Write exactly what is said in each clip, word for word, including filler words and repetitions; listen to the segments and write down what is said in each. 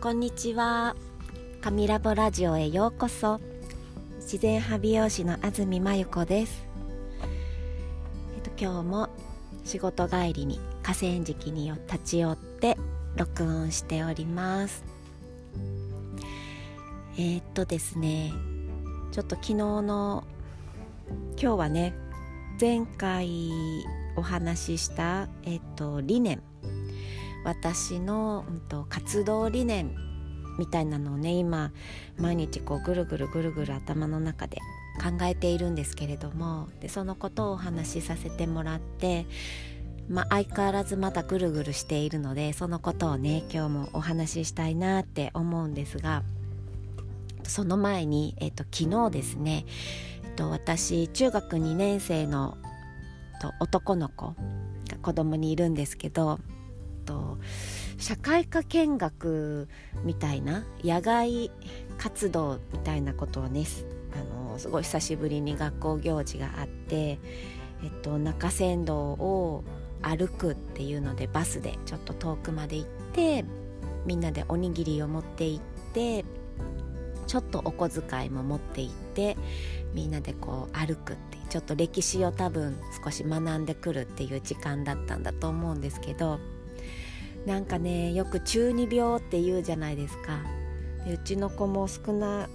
こんにちは。神ラボラジオへようこそ。自然派美容師の安住真由子です。えっと、今日も仕事帰りに河川敷に立ち寄って録音しております。えー、っとですねちょっと昨日の今日はね前回お話しした、えっと、理念私の、うん、と活動理念みたいなのをね今毎日こうぐるぐるぐるぐる頭の中で考えているんですけれども、でそのことをお話しさせてもらって、まあ、相変わらずまだぐるぐるしているのでそのことをね今日もお話ししたいなって思うんですが、その前に、えっと、昨日ですね、えっと、私中学にねん生のと男の子が子供にいるんですけど、と社会科見学みたいな野外活動みたいなことをねあのすごい久しぶりに学校行事があって、えっと、中山道を歩くっていうのでバスでちょっと遠くまで行ってみんなでおにぎりを持って行ってちょっとお小遣いも持って行ってみんなでこう歩くってちょっと歴史を多分少し学んでくるっていう時間だったんだと思うんですけど、なんかねよく中二病って言うじゃないですか。でうちの子も少な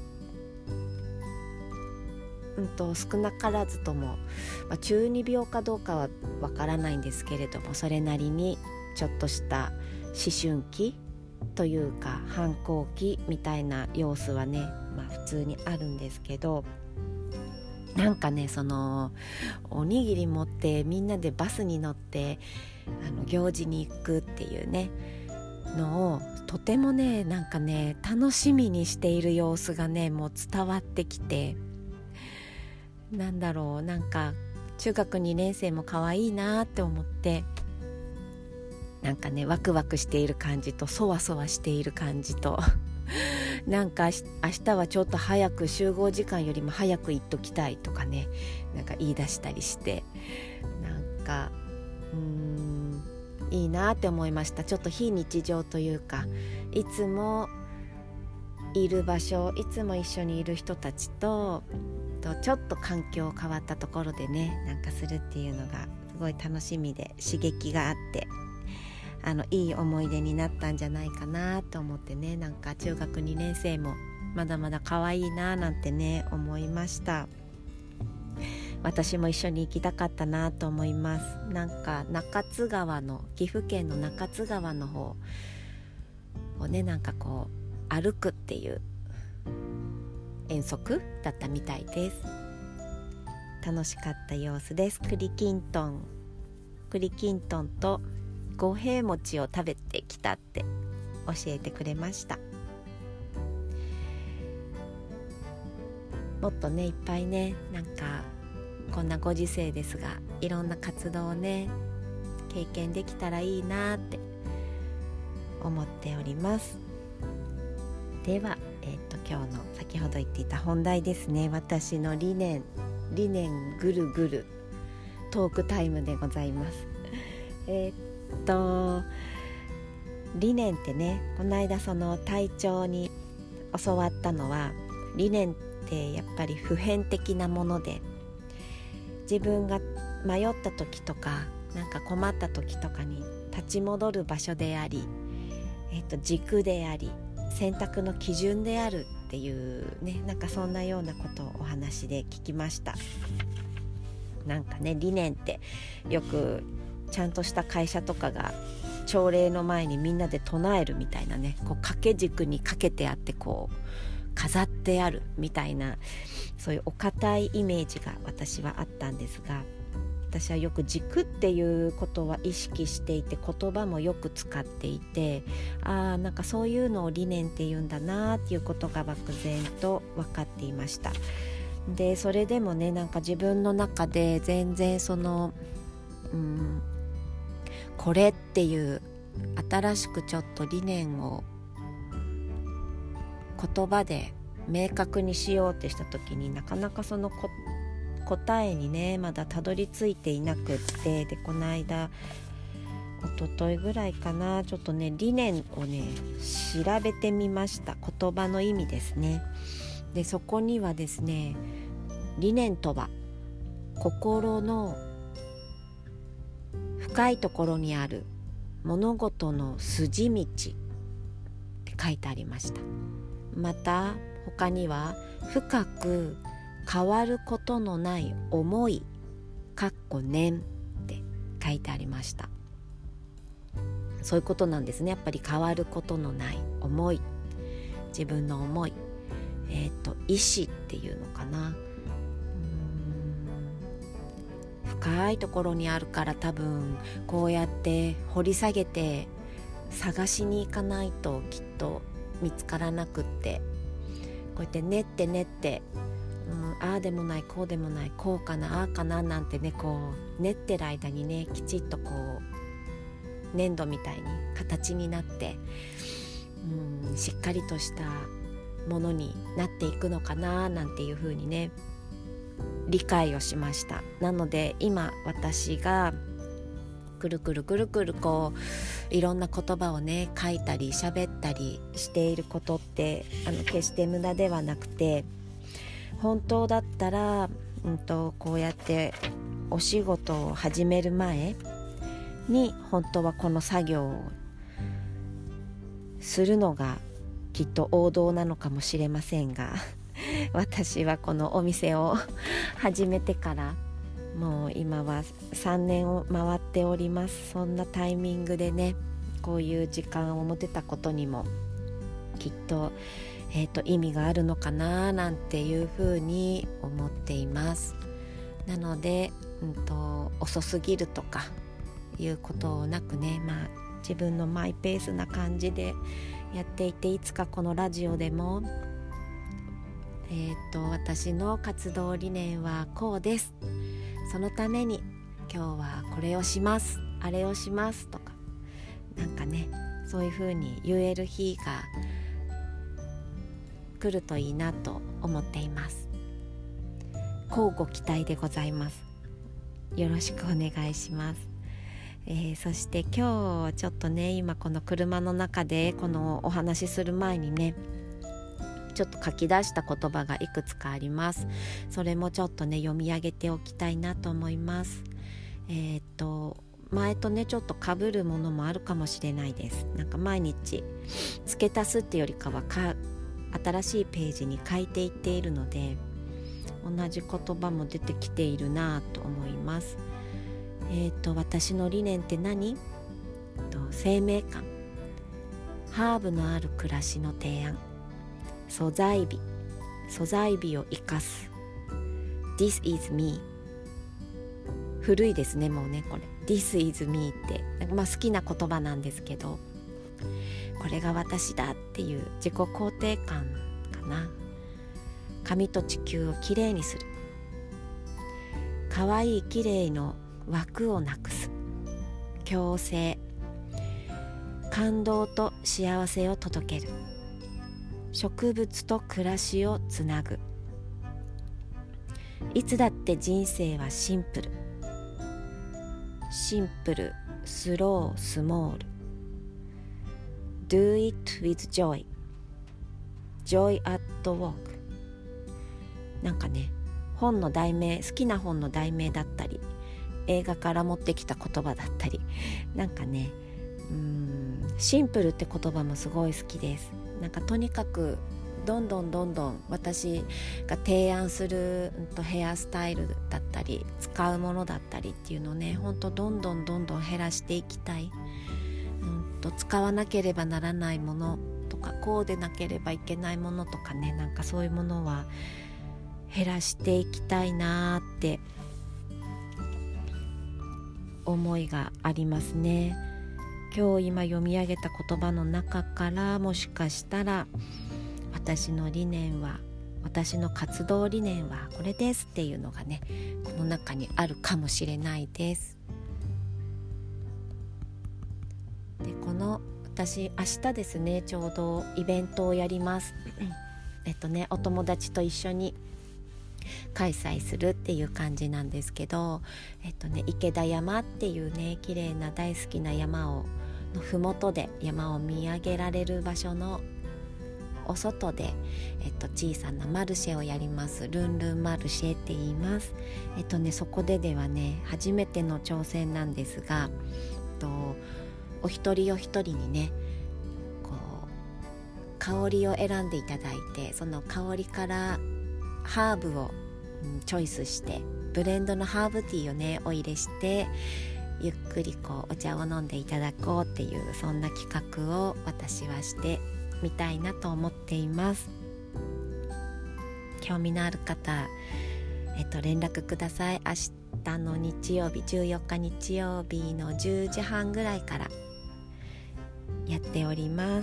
うんと少なからずとも、まあ、中二病かどうかはわからないんですけれども、それなりにちょっとした思春期というか反抗期みたいな様子はね、まあ、普通にあるんですけど、なんかねそのおにぎり持ってみんなでバスに乗ってあの行事に行くっていうねのをとてもねなんかね楽しみにしている様子がねもう伝わってきて、なんだろうなんか中学にねん生も可愛いなって思って、なんかねワクワクしている感じとそわそわしている感じとなんか明日はちょっと早く集合時間よりも早く行っときたいとかねなんか言い出したりして、なんかうーんいいなって思いました。ちょっと非日常というかいつもいる場所いつも一緒にいる人たちととちょっと環境変わったところでねなんかするっていうのがすごい楽しみで刺激があってあのいい思い出になったんじゃないかなと思ってね、なんか中学にねん生もまだまだ可愛いななんてね思いました。私も一緒に行きたかったなと思います。なんか中津川の岐阜県の中津川の方をねなんかこう歩くっていう遠足だったみたいです。楽しかった様子です。栗きんとん栗きんとんと五平餅を食べてきたって教えてくれました。もっとねいっぱいねなんかこんなご時世ですがいろんな活動をね経験できたらいいなって思っております。では、えー、と今日の先ほど言っていた本題ですね。私の理念理念ぐるぐるトークタイムでございます。えっと理念ってねこの間その体調に教わったのは、理念ってやっぱり普遍的なもので自分が迷った時とかなんか困った時とかに立ち戻る場所であり、えっと、軸であり選択の基準であるっていうねなんかそんなようなことをお話で聞きました。なんかね理念ってよくちゃんとした会社とかが朝礼の前にみんなで唱えるみたいなねこう掛け軸にかけてあってこう飾ってあるみたいなそういうお堅いイメージが私はあったんですが、私はよく軸っていうことは意識していて言葉もよく使っていて、あーなんかそういうのを理念っていうんだなっていうことが漠然と分かっていました。でそれでもねなんか自分の中で全然そのうんこれっていう新しくちょっと理念を言葉で明確にしようってした時になかなかそのこ答えにねまだたどり着いていなくって、でこの間一昨日ぐらいかな、ちょっとね理念をね調べてみました。言葉の意味ですね。でそこにはですね、理念とは心の深いところにある物事の筋道って書いてありました。また他には深く変わることのない思いかっこ念って書いてありました。そういうことなんですね。やっぱり変わることのない思い、自分の思い、えっと意志っていうのかな、うーん深いところにあるから、多分こうやって掘り下げて探しに行かないときっと見つからなくって、こうやって練って練って、うん、ああでもないこうでもない、こうかなああかななんてね、こう練ってる間にね、きちっとこう粘土みたいに形になって、うん、しっかりとしたものになっていくのかななんていうふうにね理解をしました。なので今私がくるくるくるくるこういろんな言葉をね書いたり喋ったりしていることって、あの決して無駄ではなくて、本当だったら、うんと、こうやってお仕事を始める前に本当はこの作業をするのがきっと王道なのかもしれませんが私はこのお店を始めてからもう今はさんねんを回っております。そんなタイミングでね、こういう時間を持てたことにもきっと、えーと、意味があるのかななんていうふうに思っています。なので、うんと、遅すぎるとかいうことなくね、まあ自分のマイペースな感じでやっていて、いつかこのラジオでもえーと私の活動理念はこうです、そのために今日はこれをします、あれをしますとか、なんかねそういう風に言える日が来るといいなと思っています。乞うご期待でございます。よろしくお願いします。えー、そして今日ちょっとね、今この車の中でこのお話しする前にね、ちょっと書き出した言葉がいくつかあります。それもちょっとね読み上げておきたいなと思います。えー、っと前とねちょっと被るものもあるかもしれないです。なんか毎日付け足すってよりかはか新しいページに書いていっているので、同じ言葉も出てきているなと思います。えー、っと私の理念って何？と生命感、ハーブのある暮らしの提案、素材美、素材美を生かす This is me。 古いですね、もうねこれ This is me って、まあ、好きな言葉なんですけど、これが私だっていう自己肯定感かな。髪と地球をきれいにする、かわいいきれいの枠をなくす、共生、感動と幸せを届ける、植物と暮らしをつなぐ、いつだって人生はシンプル、シンプル、スロー、スモール、Do it with joy, joy at work。 なんかね、本の題名、好きな本の題名だったり、映画から持ってきた言葉だったり、なんかね、うーんシンプルって言葉もすごい好きです。なんかとにかくどんどんどんどん私が提案する、うん、とヘアスタイルだったり使うものだったりっていうのをね、ほんとどんどんどんどん減らしていきたい、うん、と使わなければならないものとか、こうでなければいけないものとかね、なんかそういうものは減らしていきたいなって思いがありますね。今日今読み上げた言葉の中から、もしかしたら私の理念は、私の活動理念はこれですっていうのがね、この中にあるかもしれないです。でこの私明日ですね、ちょうどイベントをやりますえっとねお友達と一緒に開催するっていう感じなんですけど、えっとね池田山っていうね綺麗な大好きな山をのふもとで山を見上げられる場所のお外で、えっと、小さなマルシェをやります。ルンルンマルシェって言います。えっとねそこでではね初めての挑戦なんですが、えっと、お一人お一人にねこう香りを選んでいただいて、その香りからハーブを、うん、チョイスしてブレンドのハーブティーをねお入れしてゆっくりこうお茶を飲んでいただこうっていう、そんな企画を私はしてみたいなと思っています。興味のある方、えっと、連絡ください。明日の日曜日じゅうよっか日曜日のじゅうじはんぐらいからやっております。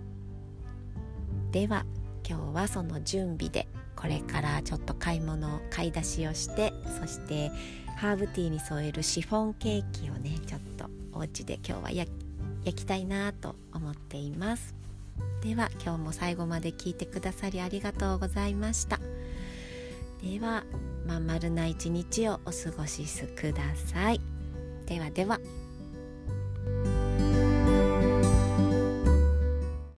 では今日はその準備でこれからちょっと買い物買い出しをして、そしてハーブティーに添えるシフォンケーキをねちょっとお家で今日は 焼, 焼きたいなと思っています。では今日も最後まで聞いてくださりありがとうございました。ではまん丸な一日をお過ごしください。ではでは。